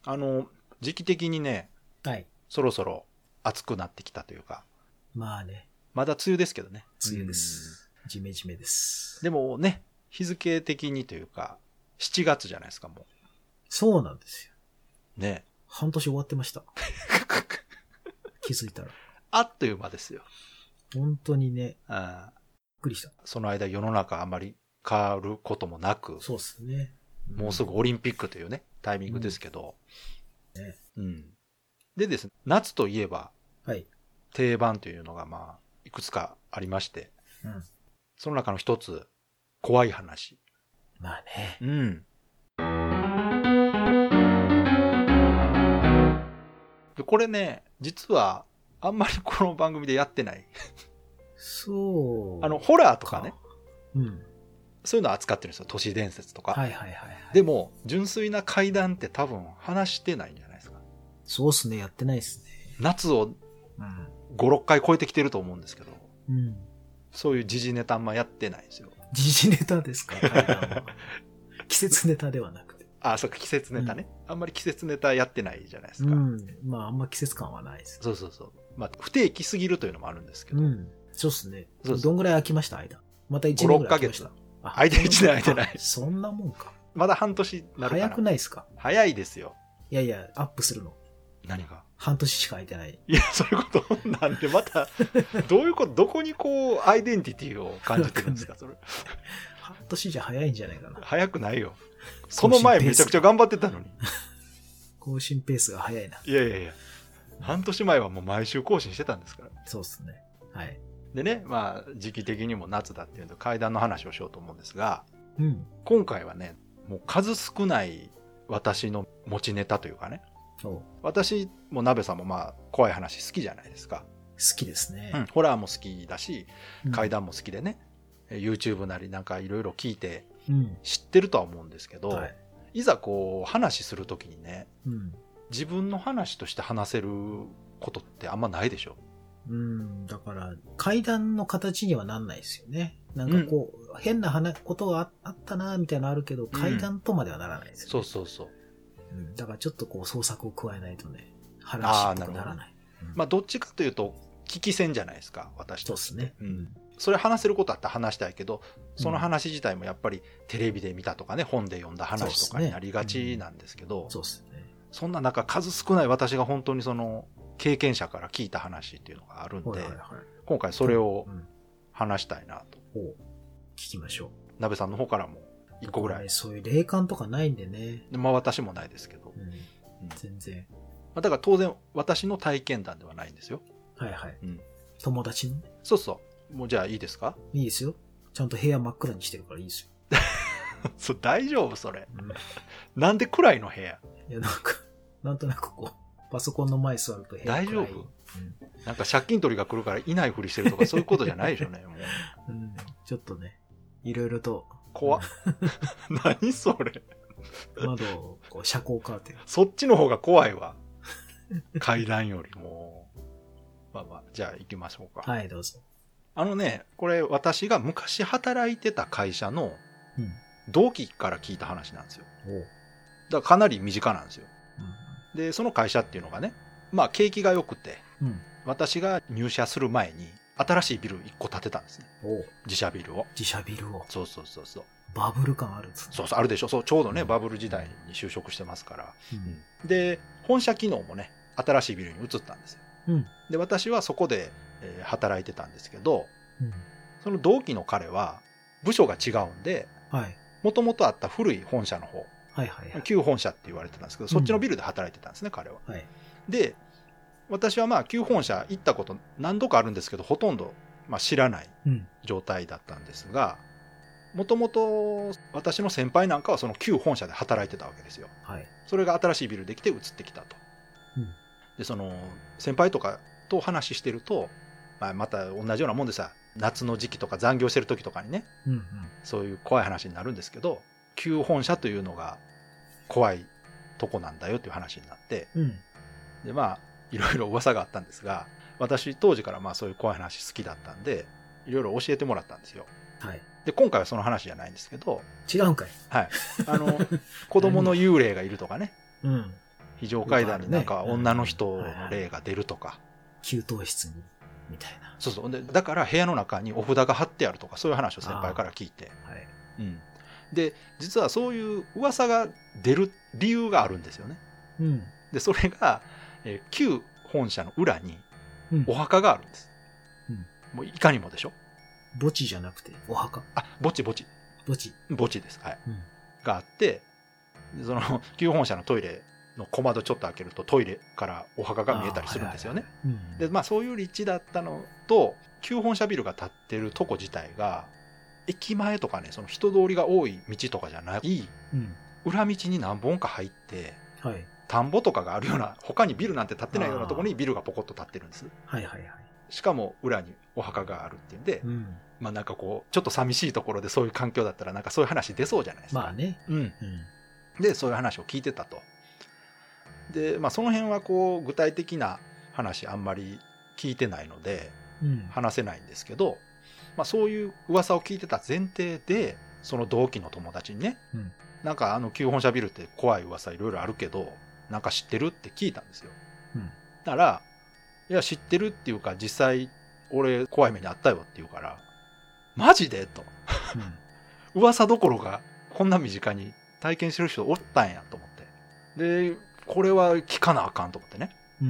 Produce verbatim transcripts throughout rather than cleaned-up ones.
あの時期的にね、 はい。 そろそろ暑くなってきたというか。 まあね。 まだ梅雨ですけどね。 梅雨です。ジメジメです。 でもね、日付的にというか、しちがつじゃないですか、もう。 そうなんですよ。 ね。 半年終わってました。気づいたら。 あっという間ですよ。 本当にね。 あ、 びっくりした。 その間世の中あまり変わることもなく。 そうですね。 もうすぐオリンピックというね、タイミングですけど。 うんね、 うん。でですね、夏といえば、 はい。 定番というのがまあ、いくつかありまして。 うん。 その中の一つ、怖い話。 まあね。 うん。でこれね、実は、あんまりこの番組でやってない。 そう。 あの、ホラーとかね。 うん。 そういうの扱ってるんですよ。都市伝説とか。 はいはいはい、はい。 でも、純粋な怪談って多分話してないんじゃないですか。 そうっすね。やってないっすね。 夏をうんご、ろっかい超えてきてると思うんですけど。 うん。 そういう時事ネタあんまやってないんですよ。 時事ネタですか？怪談は季節ネタではなくて。 あ、そうか、季節ネタね、うん。あんまり季節ネタやってないじゃないですか。 うん。まあ、あんま季節感はないです。 そうそうそう。まあ、不定期すぎるというのもあるんですけど。 うん。そうっすね。 そうそう。 どんぐらい空きました間。またいちねんぐらい空きました。 ご、ろっかげつ。空いていちねん空いてない。 そんなもんか。 まだ半年なるかな。 早くないですか？ 早いですよ。 いやいや、アップするの。 何が？ 半年しか空いてない。 いや、そういうことなんで、また、どういうこと、どこにこう、アイデンティティを感じてるんですか、それ。 半年じゃ早いんじゃないかな。 早くないよ。その前めちゃくちゃ頑張ってたのに。 更新ペースが早いな。 いやいやいや。半年前はもう毎週更新してたんですから。 そうですね。はい。 でね、まあ、時期的にも夏だっていうので、怪談の話をしようと思うんですが、 うん。 今回はね、もう数少ない私の持ちネタというかね。私も鍋さんもまあ怖い話好きじゃないですか。 好きですね、 うん、ホラーも好きだし怪談も好きでね、うん、YouTube なりなんかいろいろ聞いて知ってるとは思うんですけど、うん、はい、いざこう話するときにね、うん、自分の話として話せることってあんまないでしょ。 うん、だから怪談の形にはなんないですよね。なんかこう、うん、変な話ことがあったなみたいなのあるけど怪談とまではならないですよね、 うん、そうそうそう。 うん、だからちょっとこう創作を加えないとね、話っぽくならない。 うん、まあどっちかというと聞き戦じゃないですか、私として。そうですね。 うん。それ話せることあったら話したいけど、その話自体もやっぱりテレビで見たとかね、本で読んだ話とかになりがちなんですけど、 そうですね。 そんな中数少ない私が本当にその経験者から聞いた話っていうのがあるんで、はいはいはい、今回それを話したいなと。 うんうん、聞きましょう。 鍋さんの方からもいっこぐらい。 ね、そういう霊感とかないんでね。 まあ私もないですけど。 うんうん、全然。 だから当然私の体験談ではないんですよ。 はいはい。うん、友達のね。 そうそう。もうじゃあいいですか？ いいですよ。ちゃんと部屋真っ暗にしてるからいいですよ。 そう、大丈夫それ、うん。なんで暗いの部屋？ いやなんか、なんとなくこう、パソコンの前座ると部屋暗い。 大丈夫、うん、なんか借金取りが来るからいないふりしてるとかそういうことじゃないでしょうね。もう、 うん、ちょっとね、いろいろと。 怖っ。何それ。 窓をこう遮光カーテン。 そっちの方が怖いわ。階段よりも。まあまあ、じゃあ行きましょうか。 はい、どうぞ。あのね、これ私が昔働いてた会社の同期から聞いた話なんですよ。うん、だからかなり身近なんですよ。うん、で、その会社っていうのがね、まあ景気が良くて、うん、私が入社する前に新しいビルいっこ建てたんですね。自社ビルを。 自社ビルを。 そうそうそうそう。 バブル感あるんですね。 そうそう、あるでしょ。そう、ちょうどね、うん、バブル時代に就職してますから。うん、で、本社機能もね、新しいビルに移ったんですよ。うん、で、私はそこで、えー、働いてたんですけど、うん、その同期の彼は部署が違うんで、もともとあった古い本社の方、はいはいはい、旧本社って言われてたんですけど、そっちのビルで働いてたんですね、うん、彼は。はい、で、私はまあ旧本社行ったこと何度かあるんですけど、ほとんどまあ知らない状態だったんですが、もともと私の先輩なんかはその旧本社で働いてたわけですよ。はい、それが新しいビルできて移ってきたと。うん、でその先輩とかと話してると、まあ、また同じようなもんでさ、夏の時期とか残業してる時とかにね、うんうん、そういう怖い話になるんですけど、旧本社というのが怖いとこなんだよっていう話になって、うん、でまあいろいろ噂があったんですが、私当時からまあそういう怖い話好きだったんで、いろいろ教えてもらったんですよ。はい、で今回はその話じゃないんですけど、 違うんかい。 はい、あの子供の幽霊がいるとかね、うん、 非常階段になんか女の人の霊が出るとか。 給湯室に、みたいな。 そうそう。で、だから部屋の中にお札が貼ってあるとか、そういう話を先輩から聞いて。はい。うん。で、実はそういう噂が出る理由があるんですよね。うん。で、それが、えー、旧本社の裏にお墓があるんです。うん。もういかにもでしょ？ 墓地じゃなくてお墓。 あ、墓地墓地。 墓地。 墓地です。はい。うん、があって、その旧本社のトイレの小窓ちょっと開けるとトイレからお墓が見えたりするんですよね。で、まあそういう立地だったのと、旧本社ビルが建ってるとこ自体が、駅前とかね、その人通りが多い道とかじゃない、うん、裏道に何本か入って、はい、田んぼとかがあるような、他にビルなんて建ってないようなところにビルがポコッと建ってるんです。はいはいはい。しかも裏にお墓があるっていうんで、うん、まあなんかこう、ちょっと寂しいところでそういう環境だったらなんかそういう話出そうじゃないですか。 まあね。 うん。うん、で、そういう話を聞いてたと。で、まあその辺はこう、具体的な話あんまり聞いてないので、話せないんですけど、まあそういう噂を聞いてた前提で、その同期の友達にね、うん、なんかあの旧本社ビルって怖い噂いろいろあるけど、なんか知ってるって聞いたんですよ。うん、だから、いや知ってるっていうか実際俺怖い目にあったよって言うから、マジでと、うん、噂どころかこんな身近に体験してる人おったんやと思って、でこれは聞かなあかんと思ってね、うん、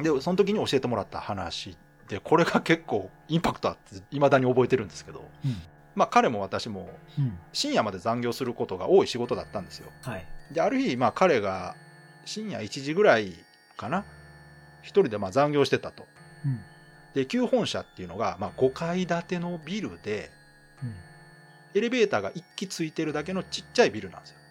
でその時に教えてもらった話で、これが結構インパクトあって未だに覚えてるんですけど、うん、まあ彼も私も深夜まで残業することが多い仕事だったんですよ、はい、である日まあ彼が深夜いちじぐらいかな、一人でまあ残業してたと、うん、で旧本社っていうのがまあごかい建てのビルで、うん、エレベーターがいっきついてるだけのちっちゃいビルなんですよ。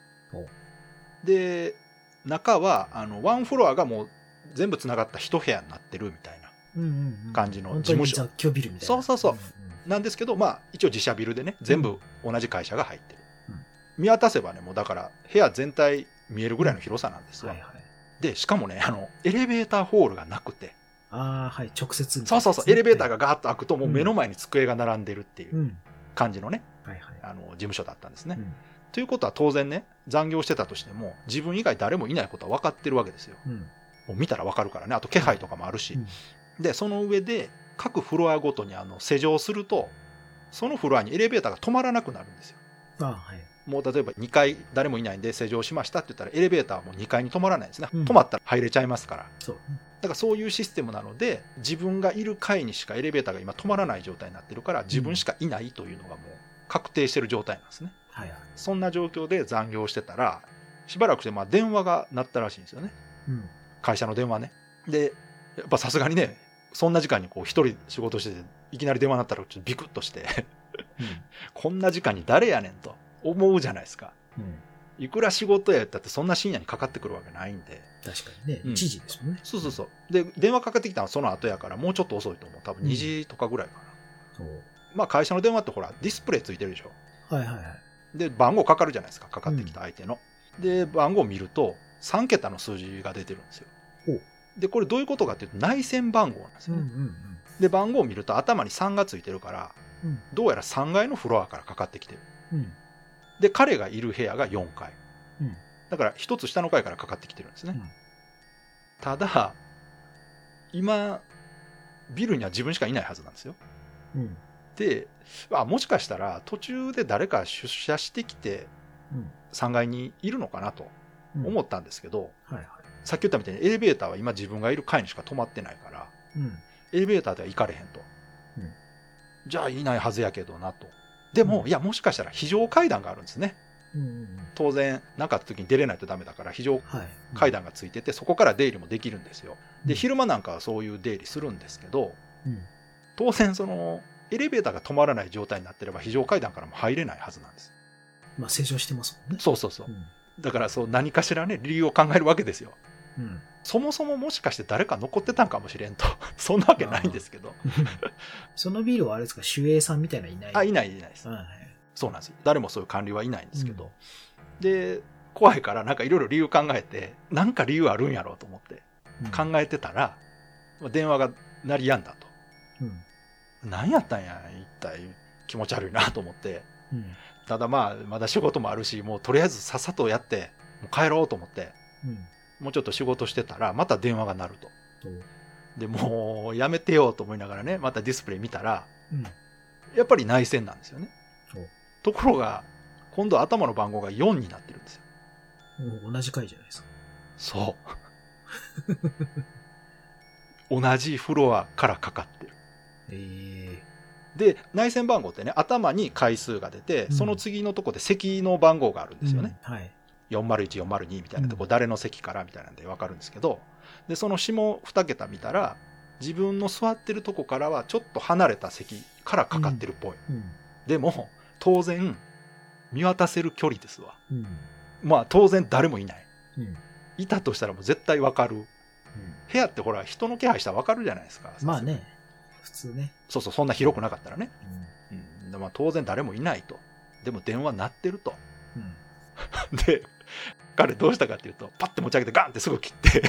で中はあのワンフロアがもう全部つながった一部屋になってるみたいな感じの事務所、 雑居ビルみたいな。 そうそうそう、うんうん、なんですけど、まあ一応自社ビルでね全部同じ会社が入ってる、うん、見渡せばねもうだから部屋全体見えるぐらいの広さなんですわ、うんはいはい、でしかもねあのエレベーターホールがなくて、 あはい直接、 ね、そうそうそうエレベーターがガーッと開くともう目の前に机が並んでるっていう感じのね、うんはいはい、あの事務所だったんですね、うん、ということは当然ね残業してたとしても自分以外誰もいないことは分かってるわけですよ、うん、もう見たら分かるからね、あと気配とかもあるし、うん、でその上で各フロアごとにあの施錠するとそのフロアにエレベーターが止まらなくなるんですよ。あ、はい、もう例えばにかい誰もいないんで施錠しましたって言ったらエレベーターはもうにかいに止まらないんですね、うん、止まったら入れちゃいますから。そうだからそういうシステムなので自分がいる階にしかエレベーターが今止まらない状態になってるから自分しかいないというのがもう確定してる状態なんですね、うんはいはい、そんな状況で残業してたらしばらくしてまあ電話が鳴ったらしいんですよね、うん、会社の電話ね。でやっぱさすがにねそんな時間にこう一人仕事してていきなり電話鳴ったらちょっとビクッとして、うん、こんな時間に誰やねんと思うじゃないですか、うん、いくら仕事やったってそんな深夜にかかってくるわけないんで。 確かにね、うん、いちじですもんね。 そうそうそうで電話かかってきたのはその後やからもうちょっと遅いと思う、多分にじとかぐらいかな、うん、そうまあ会社の電話ってほらディスプレイついてるでしょ。はいはいはい。で番号かかるじゃないですか、かかってきた相手の、うん、で番号を見るとさんけたの数字が出てるんですよ。でこれどういうことかっていうと内線番号なんですよね、うんうんうん、で番号を見ると頭にさんがついてるから、うん、どうやらさんがいのフロアからかかってきてる、うん、で彼がいる部屋がよんかい、うん、だからひとつ下の階からかかってきてるんですね、うん、ただ今ビルには自分しかいないはずなんですよ、うん、であもしかしたら途中で誰か出社してきてさんがいにいるのかなと思ったんですけど、うんはいはい、さっき言ったみたいにエレベーターは今自分がいる階にしか止まってないから、うん、エレベーターでは行かれへんと、うん、じゃあいないはずやけどなと。でも、うん、いやもしかしたら非常階段があるんですね、うんうんうん、当然何かあった時に出れないとダメだから非常階段がついてて、はい、そこから出入りもできるんですよ。で昼間なんかはそういう出入りするんですけど、うん、当然そのエレベーターが止まらない状態になってれば非常階段からも入れないはずなんです。 まあ施錠してますもんね。 そうそうそう、うん、だからそう何かしらね理由を考えるわけですよ、うん、そもそももしかして誰か残ってたんかもしれんとそんなわけないんですけどそのビルはあれですか、守衛さんみたいなのいない？ あいないいないです、はい、そうなんですよ、誰もそういう管理はいないんですけど、うん、で怖いからなんかいろいろ理由考えてなんか理由あるんやろうと思って考えてたら、うん、電話が鳴りやんだと、うん、何やったんや一体気持ち悪いなと思って、うん、ただまあまだ仕事もあるしもうとりあえずさっさとやってもう帰ろうと思って、うん、 もうちょっと仕事してたらまた電話が鳴ると。でもうやめてよと思いながらね、またディスプレイ見たら、うん、やっぱり内線なんですよね。ところが今度頭の番号がよんになってるんですよ。 もう同じ回じゃないですか。 そう同じフロアからかかってる。 えー、で内線番号ってね、頭に回数が出て、うん、その次のとこで席の番号があるんですよね、 うん、はい、 よんまるいち、よんまるにみたいなとこ、うん、誰の席からみたいなんで分かるんですけど、でその下に桁見たら自分の座ってるとこからはちょっと離れた席からかかってるっぽい、うんうん、でも当然見渡せる距離ですわ、うん、まあ当然誰もいない、うん、いたとしたらもう絶対分かる、うん、部屋ってほら人の気配したら分かるじゃないですか。 まあね、普通ね。 そうそう、そんな広くなかったらね、うんうん、でまあ、当然誰もいないと。でも電話鳴ってると、うん、で彼どうしたかっていうと、パッて持ち上げてガンってすぐ切って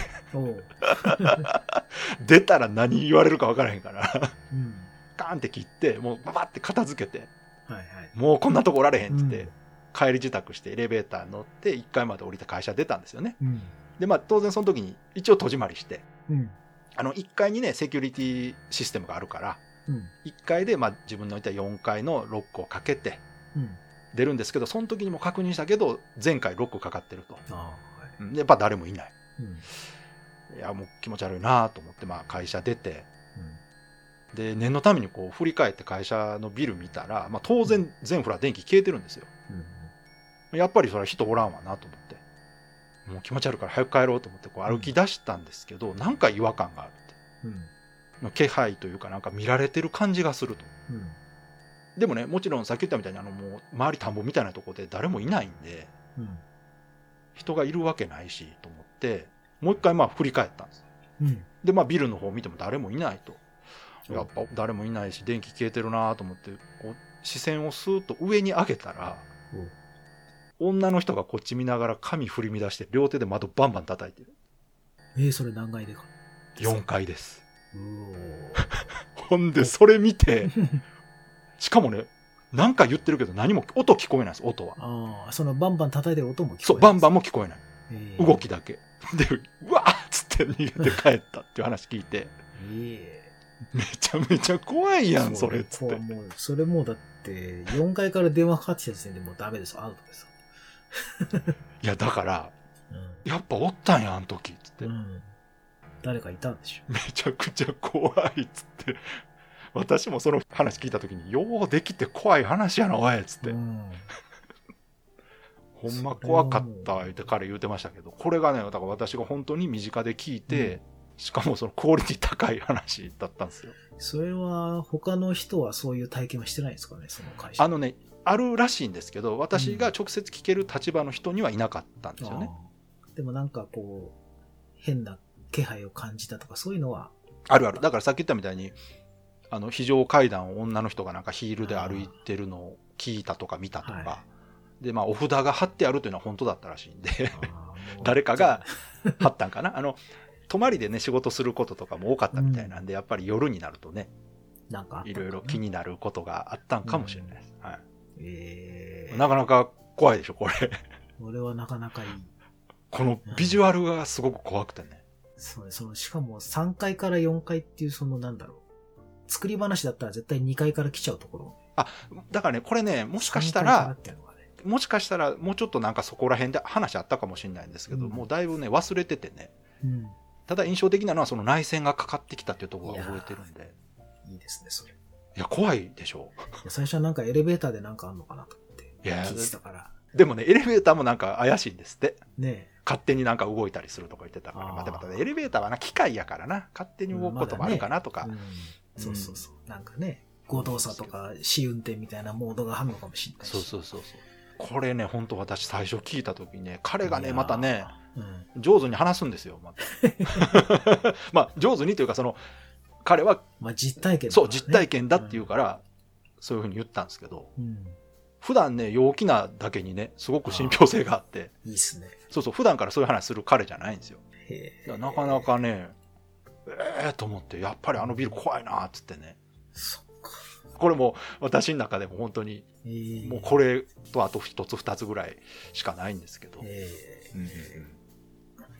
出たら何言われるか分からへんから、うん、ガンって切ってもうババって片付けて、はいはい、もうこんなとこおられへんって言って、うん、帰り自宅してエレベーター乗っていっかいまで降りて会社出たんですよね、うん、でまあ当然その時に一応戸締まりして、うん、あのいっかいにねセキュリティシステムがあるから、うん、いっかいでまあ自分のいたよんかいのロックをかけて、うん出るんですけど、その時にも確認したけど前回ロックかかってると。あ、はい、でやっぱ誰もいない、うん、いやもう気持ち悪いなと思って、まあ、会社出て、うん、で念のためにこう振り返って会社のビル見たら、まあ、当然全フロア電気消えてるんですよ、うん、やっぱりそれは人おらんわなと思って、もう気持ち悪いから早く帰ろうと思ってこう歩き出したんですけど、うん、なんか違和感があるって、うん、気配というかなんか見られてる感じがすると、うんでもね、もちろんさっき言ったみたいにあのもう周り田んぼみたいなところで誰もいないんで、うん、人がいるわけないしと思ってもう一回まあ振り返ったんです、うん、でまあビルの方見ても誰もいないと、やっぱ誰もいないし電気消えてるなと思ってこう視線をスーッと上に上げたら、うん、女の人がこっち見ながら髪振り乱して両手で窓バンバン叩いてる。 えー、それ何階でか？ よんかいです。うほんでそれ見てしかもね、なんか言ってるけど何も音聞こえないです、音は。 ああ、そのバンバン叩いてる音も聞こえない。 そう、バンバンも聞こえない。動きだけ。で、うわーっつって逃げて帰ったっていう話聞いて。えー、めちゃめちゃ怖いやん、それっつって。 もう、それもうだって、よんかいから電話かかってきた時点でもうダメです、アウトです。 いや、だから、うん、やっぱおったんや、あの時、つって、うん。 誰かいたんでしょ。 めちゃくちゃ怖いっつって。私もその話聞いた時にようできて怖い話やなおいっつって、うん、ほんま怖かったって彼言うてましたけど、これがねだから私が本当に身近で聞いて、うん、しかもそのクオリティ高い話だったんですよ。 それは他の人はそういう体験はしてないですかね、その会社。 あのねあるらしいんですけど、私が直接聞ける立場の人にはいなかったんですよね、 うん、でもなんかこう変な気配を感じたとかそういうのはあるある。だからさっき言ったみたいにあの非常階段を女の人がなんかヒールで歩いてるのを聞いたとか見たとか、はい、でまあお札が貼ってあるというのは本当だったらしいんで誰かが貼ったんかなあの泊まりでね仕事することとかも多かったみたいなんで、うん、やっぱり夜になるとねなんかいろいろ気になることがあったんかもしれないです、うんはいえー、 なかなか怖いでしょこれ。 これはなかなかいい。 このビジュアルがすごく怖くてね、 うん、そうそのしかもさんかいからよんかいっていうそのなんだろう作り話だったら絶対にかいから来ちゃうところ。 あ、だからね、これね、もしかしたら、ね、もしかしたらもうちょっとなんかそこら辺で話あったかもしれないんですけど、うん、もうだいぶね、忘れててね、うん。ただ印象的なのはその内線がかかってきたっていうところが覚えてるんで。 いいですね、それ。いや、怖いでしょ。 いや最初はなんかエレベーターでなんかあんのかなと思って。いや、聞いてたから。 でもね、エレベーターもなんか怪しいんですって。 ねえ。 勝手になんか動いたりするとか言ってたから、またまたエレベーターはな、機械やからな、勝手に動くこともあるかなとか。 うんまだねうん、そうそうそう。なんかね、誤動作とか試運転みたいなモードがあるのかもしれないし。 そうそうそうそう。これね、本当私最初聞いた時ね、彼がね、またね、うん、上手に話すんですよ。またまあ、上手にというか、その、彼は、 まあ、実体験だ、ね、 そう、実体験だっていうから、うん、そういうふうに言ったんですけど、うん、普段ね、陽気なだけにね、すごく信憑性があって、 いいっすね。 そうそう、普段からそういう話する彼じゃないんですよ。へなかなかね、ええー、と思って、やっぱりあのビル怖いなっつってね。 そっか。 これも私の中でも本当に、もうこれとあと一つ二つぐらいしかないんですけど。えーうんうん、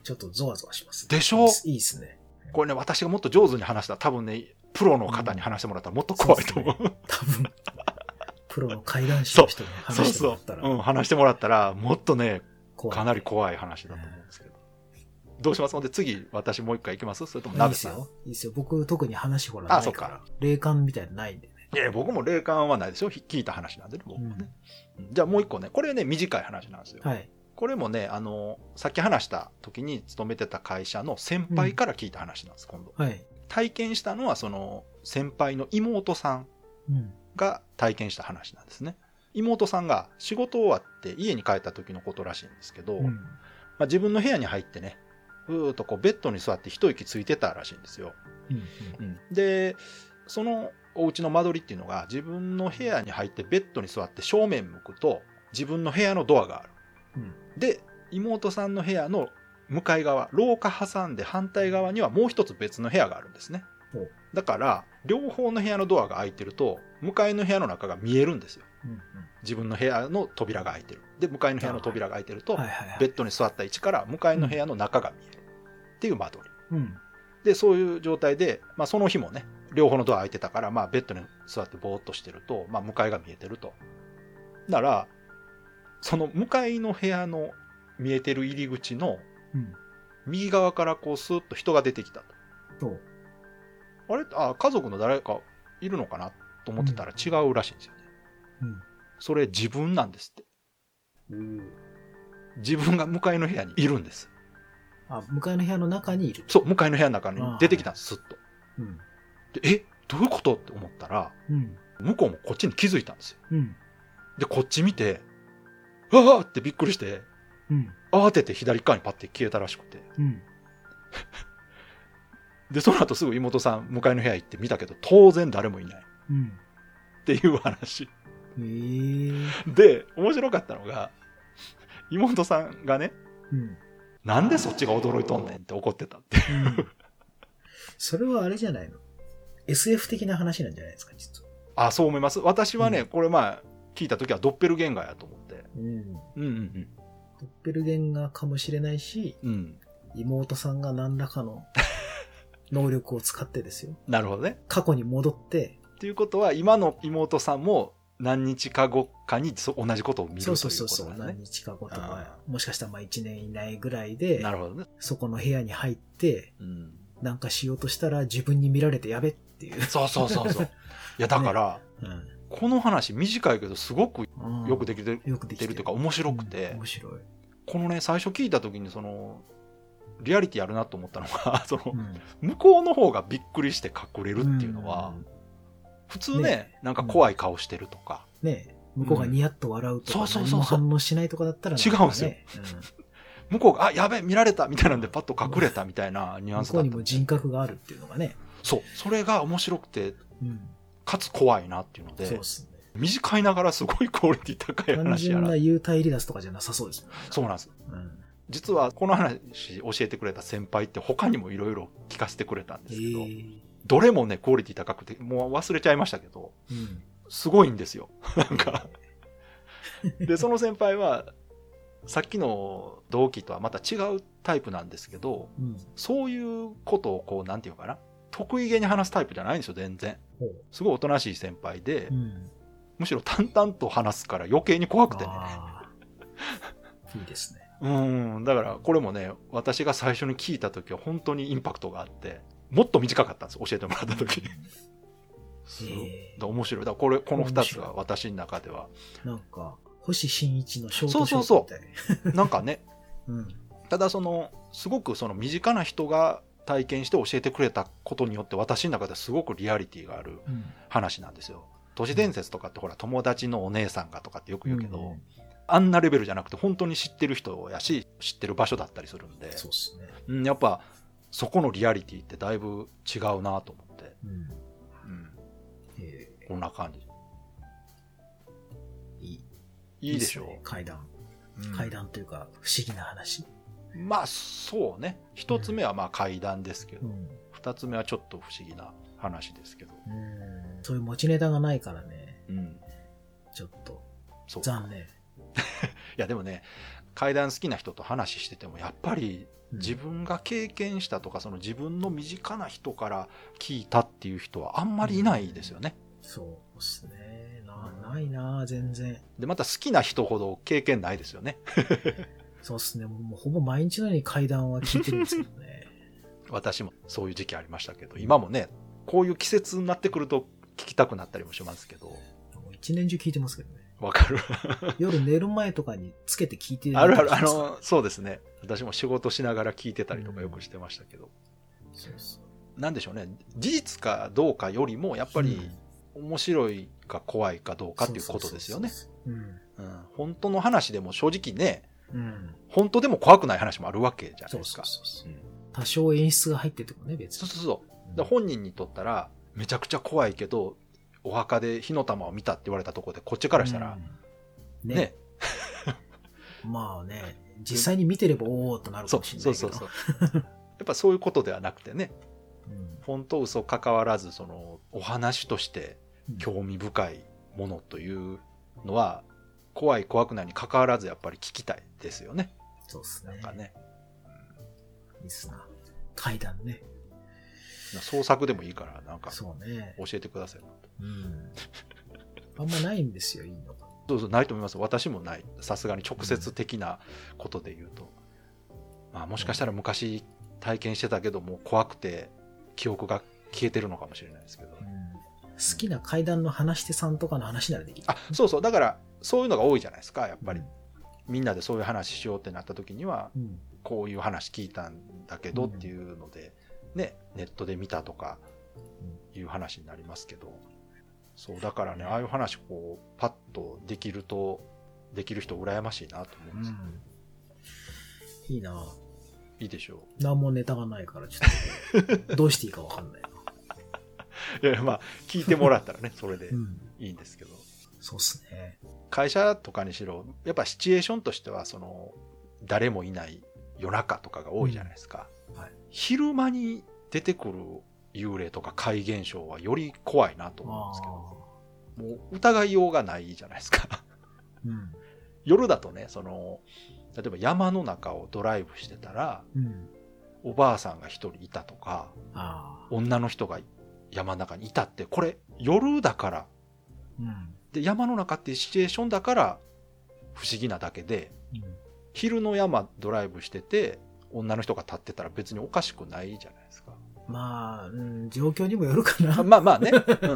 ちょっとゾワゾワします、 ね。でしょ？ いいですね。 これね、私がもっと上手に話したら多分ね、プロの方に話してもらったらもっと怖いと思う。うん、うね、 多分。プロの怪談師の人に話してもらったら。 そうそうそう。うん、話してもらったら、もっとね、かなり怖い話だと思うんですけど。どうしますので、次、私もう一回行きます？それとも、鍋さん？いいですよ。 いいですよ。僕、特に話ほらないから。あ、そっか。霊感みたいなのないんでね。 いや、僕も霊感はないですよ。聞いた話なんでね、僕もね。うん、じゃあもう一個ね、これね、短い話なんですよ。はい。これもね、あの、さっき話した時に勤めてた会社の先輩から聞いた話なんです、うん、今度。はい。体験したのは、その、先輩の妹さんが体験した話なんですね。うん、妹さんが仕事終わって家に帰った時のことらしいんですけど、うん、まあ、自分の部屋に入ってね、ふーっとこうベッドに座って一息ついてたらしいんですよ。うんうんうん、で、そのお家の間取りっていうのが自分の部屋に入ってベッドに座って正面向くと自分の部屋のドアがある。うん、で、妹さんの部屋の向かい側、廊下挟んで反対側にはもう一つ別の部屋があるんですね。だから、両方の部屋のドアが開いてると、向かいの部屋の中が見えるんですよ。うんうん、自分の部屋の扉が開いてる。で、向かいの部屋の扉が開いてると、ベッドに座った位置から向かいの部屋の中が見える。っていう間取り。うん、で、そういう状態で、まあその日もね、両方のドア開いてたから、まあベッドに座ってぼーっとしてると、まあ向かいが見えてると。だから、その向かいの部屋の見えてる入り口の、右側からこうスーッと人が出てきたと。うん、あれあ、家族の誰かいるのかなと思ってたら違うらしいんですよね。うん、それ自分なんですって。うん、自分が向かいの部屋にいるんです。 あ、向かいの部屋の中にいる。 そう、向かいの部屋の中に出てきたんです、スッと。うん、で、え、どういうことって思ったら、うん、向こうもこっちに気づいたんですよ。うん、で、こっち見て、うわーってびっくりして、うん、慌てて左側にパッて消えたらしくて。うん、で、その後すぐ妹さん、向かいの部屋行って見たけど、当然誰もいない。うん、っていう話。へー。で、面白かったのが、妹さんがね、うん、なんでそっちが驚いとんねんって怒ってたっていう、うん。 それはあれじゃないの？ エスエフ 的な話なんじゃないですか、実は。 あ、そう思います。私はね、うん、これまあ、聞いたときはドッペルゲンガーやと思って。うん。うんうんうん。 ドッペルゲンガーかもしれないし、うん、妹さんが何らかの能力を使ってですよ。 なるほどね。 過去に戻って。 っていうことは、今の妹さんも何日か後かに同じことを見るということですね。そうそうそう。何日か後とか、もしかしたらまあいちねん以内ぐらいで、 なるほどね。 そこの部屋に入って、うん、なんかしようとしたら自分に見られてやべっていう。 そうそうそうそう。いやだから、ね、うん、この話短いけどすごくよくできてる、うん、よくできてるというか面白くて、うん、面白い。このね、最初聞いた時にその、リアリティあるなと思ったのが、その、うん、向こうの方がびっくりして隠れるっていうのは、うん、普通ね、ね、なんか怖い顔してるとか。 ね、向こうがニヤッと笑うとか、何も反応しないとかだったら、 ね、違うんですよ。うん、向こうが、あ、やべ、見られたみたいなんでパッと隠れたみたいなニュアンスだった。 向こうにも人格があるっていうのがね。 そう。それが面白くて、うん、かつ怖いなっていうので、そうですね。短いながらすごいクオリティ高い話やな。 単純な幽体離脱とかじゃなさそうですもんね。 そうなんです。うん、実はこの話教えてくれた先輩って他にもいろいろ聞かせてくれたんですけど、どれもね、クオリティ高くて、もう忘れちゃいましたけど、うん、すごいんですよ。なんか。で、その先輩は、さっきの同期とはまた違うタイプなんですけど、うん、そういうことをこう、なんていうかな、得意げに話すタイプじゃないんですよ、全然。すごいおとなしい先輩で、うん、むしろ淡々と話すから余計に怖くてね。 いいですね。 うん、だからこれもね、私が最初に聞いた時は本当にインパクトがあって、もっと短かったんです、教えてもらった時。えー、面白い。だからこれ、この二つが私の中では。 なんか、星新一のショートショートみたい。 そうそうそう。なんかね、うん、ただその、すごくその身近な人が体験して教えてくれたことによって私の中ではすごくリアリティがある話なんですよ。うん、都市伝説とかってほら、友達のお姉さんがとかってよく言うけど、うん、あんなレベルじゃなくて本当に知ってる人やし、知ってる場所だったりするんで、 そうですね。 うん、やっぱそこのリアリティってだいぶ違うなと思って、うんうん、えー、こんな感じ。 いい。 いいでしょう。いいね、怪談、うん。怪談というか不思議な話。 まあそうね。一つ目はまあ怪談ですけど、うん、二つ目はちょっと不思議な話ですけど。 うん、そういう持ちネタがないからね。うん、ちょっと残念。 いやでもね、怪談好きな人と話しててもやっぱり自分が経験したとか、その自分の身近な人から聞いたっていう人はあんまりいないですよね。 うん、そうですね。な、ないな全然。 で、また好きな人ほど経験ないですよね。 そうですね。もうほぼ毎日のように怪談は聞いてるんですけどね。 私もそういう時期ありましたけど、今もね、こういう季節になってくると聞きたくなったりもしますけど。 一年中聞いてますけどね。 わかる。 夜寝る前とかにつけて聞いてる。 あるある、あの、そうですね。私も仕事しながら聞いてたりとかよくしてましたけど。うん、そうそう。なんでしょうね。事実かどうかよりも、やっぱり面白いか怖いかどうかっていうことですよね。本当の話でも正直ね、うん、本当でも怖くない話もあるわけじゃないですか。そうそうそう、うん、 多少演出が入っててもね、別に。 そうそうそう。だ本人にとったら、めちゃくちゃ怖いけど、お墓で火の玉を見たって言われたところで、こっちからしたら、うん、ね。ねまあね、実際に見てればおーっとなるかもしれないけど。そうそうそうそう。 やっぱそういうことではなくてね、うん、本当嘘関わらず、その、お話として興味深いものというのは、怖い怖くないに関わらずやっぱり聞きたいですよね。 そうですね。 なんかね。 いいっすな。怪談ね。 創作でもいいから、なんか、 そうね。 教えてください。うん。 あんまないんですよ、いいのが。 そうそう、ないと思います。私もない。さすがに直接的なことで言うと。うん、まあ、もしかしたら昔体験してたけども、怖くて記憶が消えてるのかもしれないですけど。うん、 好きな怪談の話し手さんとかの話ならできる。 あ、そうそう。だから、そういうのが多いじゃないですか、やっぱり。うん、みんなでそういう話しようってなった時には、うん、こういう話聞いたんだけどっていうので、ね、ネットで見たとかいう話になりますけど、そうだからね、ああいう話こうパッとできるとできる人羨ましいなと思うんですよ、 うん、いいな。 いいでしょう。 何もネタがないからちょっとどうしていいか分かんないな。 いやまあ聞いてもらったらねそれでいいんですけど、うん、 そうっすね。 会社とかにしろやっぱシチュエーションとしてはその誰もいない夜中とかが多いじゃないですか、うんはい、昼間に出てくる幽霊とか怪現象はより怖いなと思うんですけど、もう疑いようがないじゃないですか、うん、夜だとねその例えば山の中をドライブしてたら、うん、おばあさんが一人いたとか女の人が山の中にいたってこれ夜だから、うん、で山の中っていうシチュエーションだから不思議なだけで、うん、昼の山ドライブしてて女の人が立ってたら別におかしくないじゃないですか。 まあ、うん、状況にもよるかな。 まあまあね、うん、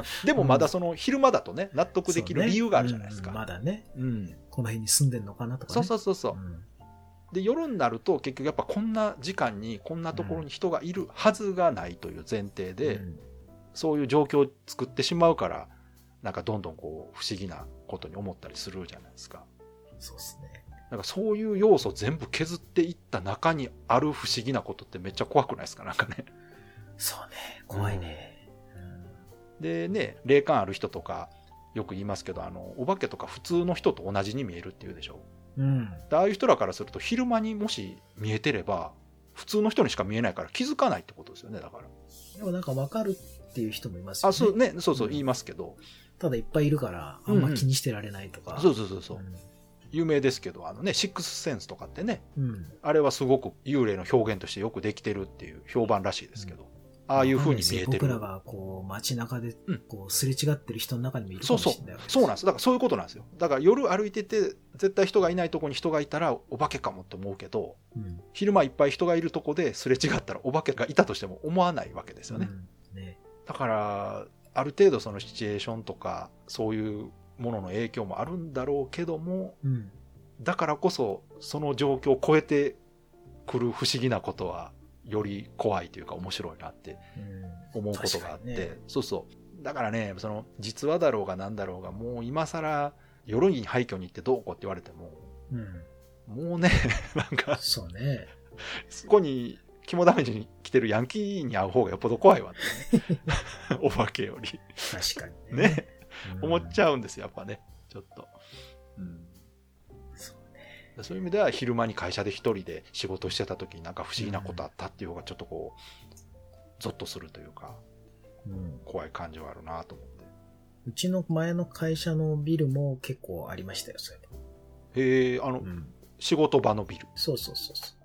でもまだその昼間だとね納得できる理由があるじゃないですか、 ねうん、まだね、うん、この辺に住んでんのかなとか、ね、 そうそうそうそう、うん、で夜になると結局やっぱこんな時間にこんなところに人がいるはずがないという前提で、うん、そういう状況を作ってしまうからなんかどんどんこう不思議なことに思ったりするじゃないですか。 そうですね。 なんかそういう要素全部削っていった中にある不思議なことってめっちゃ怖くないですかなんかね。 そうね、怖いね、 うん、でね霊感ある人とかよく言いますけどあのお化けとか普通の人と同じに見えるっていうでしょ、うん、ああいう人らからすると昼間にもし見えてれば普通の人にしか見えないから気づかないってことですよね。だからでもなんか分かるっていう人もいますよね。 あそうねそうそう言いますけど、うん、 ただいっぱいいるからあんま気にしてられないとか、 うんうん、そうそうそうそう、うん有名ですけどあのねシックスセンスとかってね、うん、あれはすごく幽霊の表現としてよくできてるっていう評判らしいですけど、うん、ああいう風に見えてる。 僕らがこう街中でこうすれ違ってる人の中にもいるかもしれないわけです、うん、そうそうそうなんです。だからそういうことなんですよ。だから夜歩いてて絶対人がいないとこに人がいたらお化けかもって思うけど、うん、昼間いっぱい人がいるとこですれ違ったらお化けがいたとしても思わないわけですよね、うん、ね。だからある程度そのシチュエーションとかそういうものの影響もあるんだろうけども、うん、だからこそその状況を超えてくる不思議なことはより怖いというか面白いなって思うことがあって、うんね、そうそうだからねその実話だろうがなんだろうがもう今更夜に廃墟に行ってどうこうって言われても、うん、もうねなんかそうねそこに肝試しに来てるヤンキーに会う方がよっぽど怖いわってねお化けより確かにね、ねうん、思っちゃうんですよやっぱねちょっと、うん、そうね、そういう意味では昼間に会社で一人で仕事してた時になんか不思議なことあったっていう方がちょっとこうゾッとするというか、うん、怖い感じはあるなと思って。 うちの前の会社のビルも結構ありましたよそれ。 へえあの、うん、仕事場のビル。 そうそうそうそ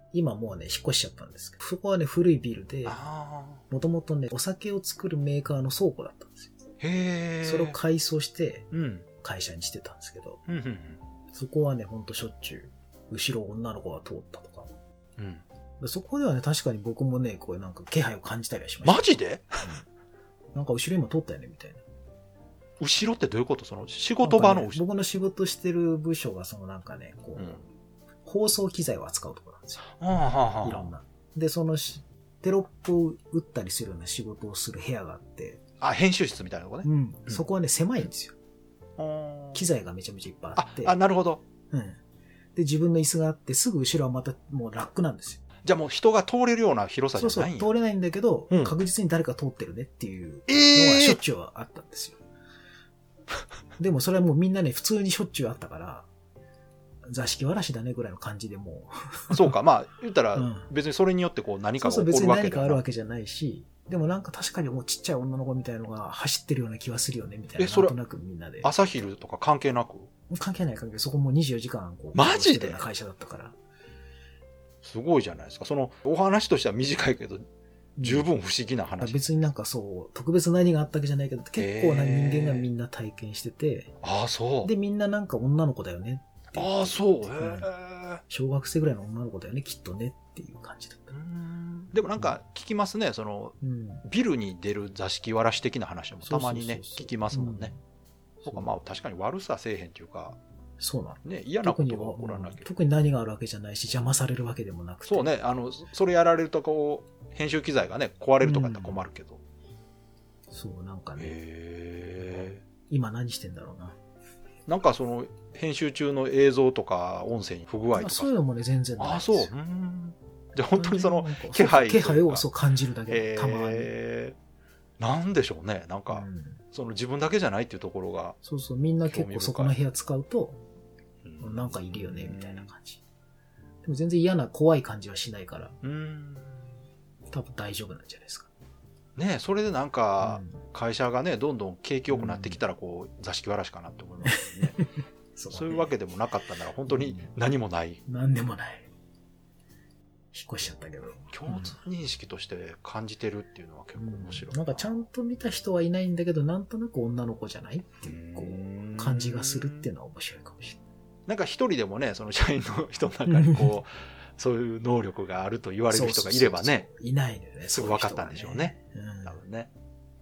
今もうね、引っ越しちゃったんですけど、そこはね、古いビルで、もともとね、お酒を作るメーカーの倉庫だったんですよ。 へー。 それを改装して、 うん。 会社にしてたんですけど、 うんうんうん、 そこはね、ほんとしょっちゅう、後ろ女の子が通ったとか。 うん。 そこではね、確かに僕もね、こうなんか気配を感じたりはしました。 マジで、 うん、なんか後ろ今通ったよね、みたいな。 後ろってどういうこと？その仕事場の後ろ、 ね、僕の仕事してる部署がそのなんかね、こう、うん、放送機材を扱うところなんですよ。 はあはあ、 いろんな。で、そのテロップを打ったりするような仕事をする部屋があって。 あ、編集室みたいなとこね。 うん。うん、そこはね、狭いんですよ。機材がめちゃめちゃいっぱいあって。 あ、あ、なるほど。 うん。で、自分の椅子があって、すぐ後ろはまたもうラックなんですよ。 じゃあもう人が通れるような広さじゃないんや。 そうそう、通れないんだけど、うん、確実に誰か通ってるねっていうのがしょっちゅうあったんですよ。えー、でもそれはもうみんなね、普通にしょっちゅうあったから、座敷わらしだねぐらいの感じでもう。 そうか、まあ言ったら別にそれによってこう何かが起こるわけだ、 そうそう、別に何かあるわけじゃないし、でもなんか確かにもうちっちゃい女の子みたいなのが走ってるような気はするよねみたいな。 え、それなんとなくみんなで。 朝昼とか関係なく？ 関係ない関係ない。そこもうにじゅうよじかんこう。 マジで？ 会社だったから。 すごいじゃないですか。そのお話としては短いけど、十分不思議な話。 うん、別になんかそう、特別何があったわけじゃないけど、結構な人間がみんな体験してて。 ああ、そう。 で、みんななんか女の子だよねって。 ああ、そう。へえ。小学生ぐらいの女の子だよね、きっとねっていう感じだった。 でもなんか聞きますね、その、うん、ビルに出る座敷わらし的な話もたまにね、聞きますもんね。そうか、まあ確かに悪させえへんっていうか、 そうなの。 ね、嫌なことが起こらなきゃ。 特に何があるわけじゃないし、邪魔されるわけでもなくて。 そうね、あの、それやられるとこう、編集機材がね、壊れるとかやったら困るけど。 うん、そう、なんかね。 へー。 今何してんだろうな。 なんかその、編集中の映像とか音声に不具合とか。 そういうのもね、全然ないですよ。 あ、そう。うんじゃあ本当にその気配気配をそう感じるだけで、たまに。 なんでしょうね。なんか、うん、その自分だけじゃないっていうところが。 そうそう、みんな結構そこの部屋使うと、うん、なんかいるよね、みたいな感じ。でも全然嫌な怖い感じはしないから、うん、多分大丈夫なんじゃないですか。 ねえ、それでなんか、会社がね、どんどん景気良くなってきたら、こう、座敷わらしかなって思いますよね。そう, そういうわけでもなかったなら、本当に何もない。 うん、何でもない。引っ越しちゃったけど。 共通認識として感じてるっていうのは結構面白い、 うん。なんかちゃんと見た人はいないんだけど、なんとなく女の子じゃないっていう、こう、感じがするっていうのは面白いかもしれない。 なんか一人でもね、その社員の人の中にこう、そういう能力があると言われる人がいればね。そうそうそうそう、 いないのよね。 すぐ分かったんでしょうね。うねうん、多分ね。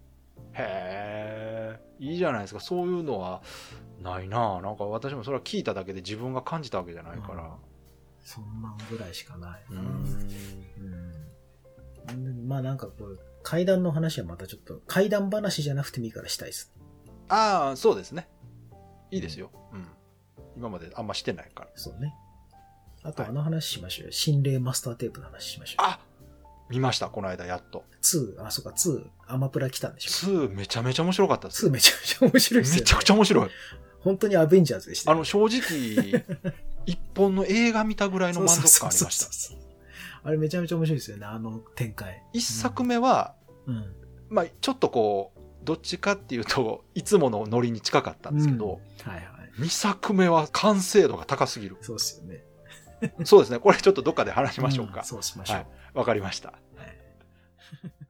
へえ、いいじゃないですか。そういうのはないな。なんか私もそれは聞いただけで自分が感じたわけじゃないから。うん、 そんなんぐらいしかない。うん、うん、まあなんかこう、怪談の話はまたちょっと、怪談話じゃなくてもいいからしたいです。 ああ、そうですね。いいですよ。うん。今まであんましてないから。 そうね。あとあの話しましょうよ。はい、心霊マスターテープの話しましょう。 あ、見ました、この間やっと。 ツー、あ、そうか、ツー、アマプラ来たんでしょ。 ツーめちゃめちゃ面白かったです。 ツーめちゃめちゃ面白いですよね。 めちゃくちゃ面白い。 本当にアベンジャーズでした、 ね。あの、正直、一本の映画見たぐらいの満足感ありました。そうそうそうそう、 あれめちゃめちゃ面白いですよね、あの展開。 一作目は、うん、まあちょっとこう、どっちかっていうと、いつものノリに近かったんですけど、うん、はいはい。にさくめは完成度が高すぎる。 そうですよね。 そうですね。これちょっとどっかで話しましょうか。 うん、そうしましょう。 はい。わかりました。はい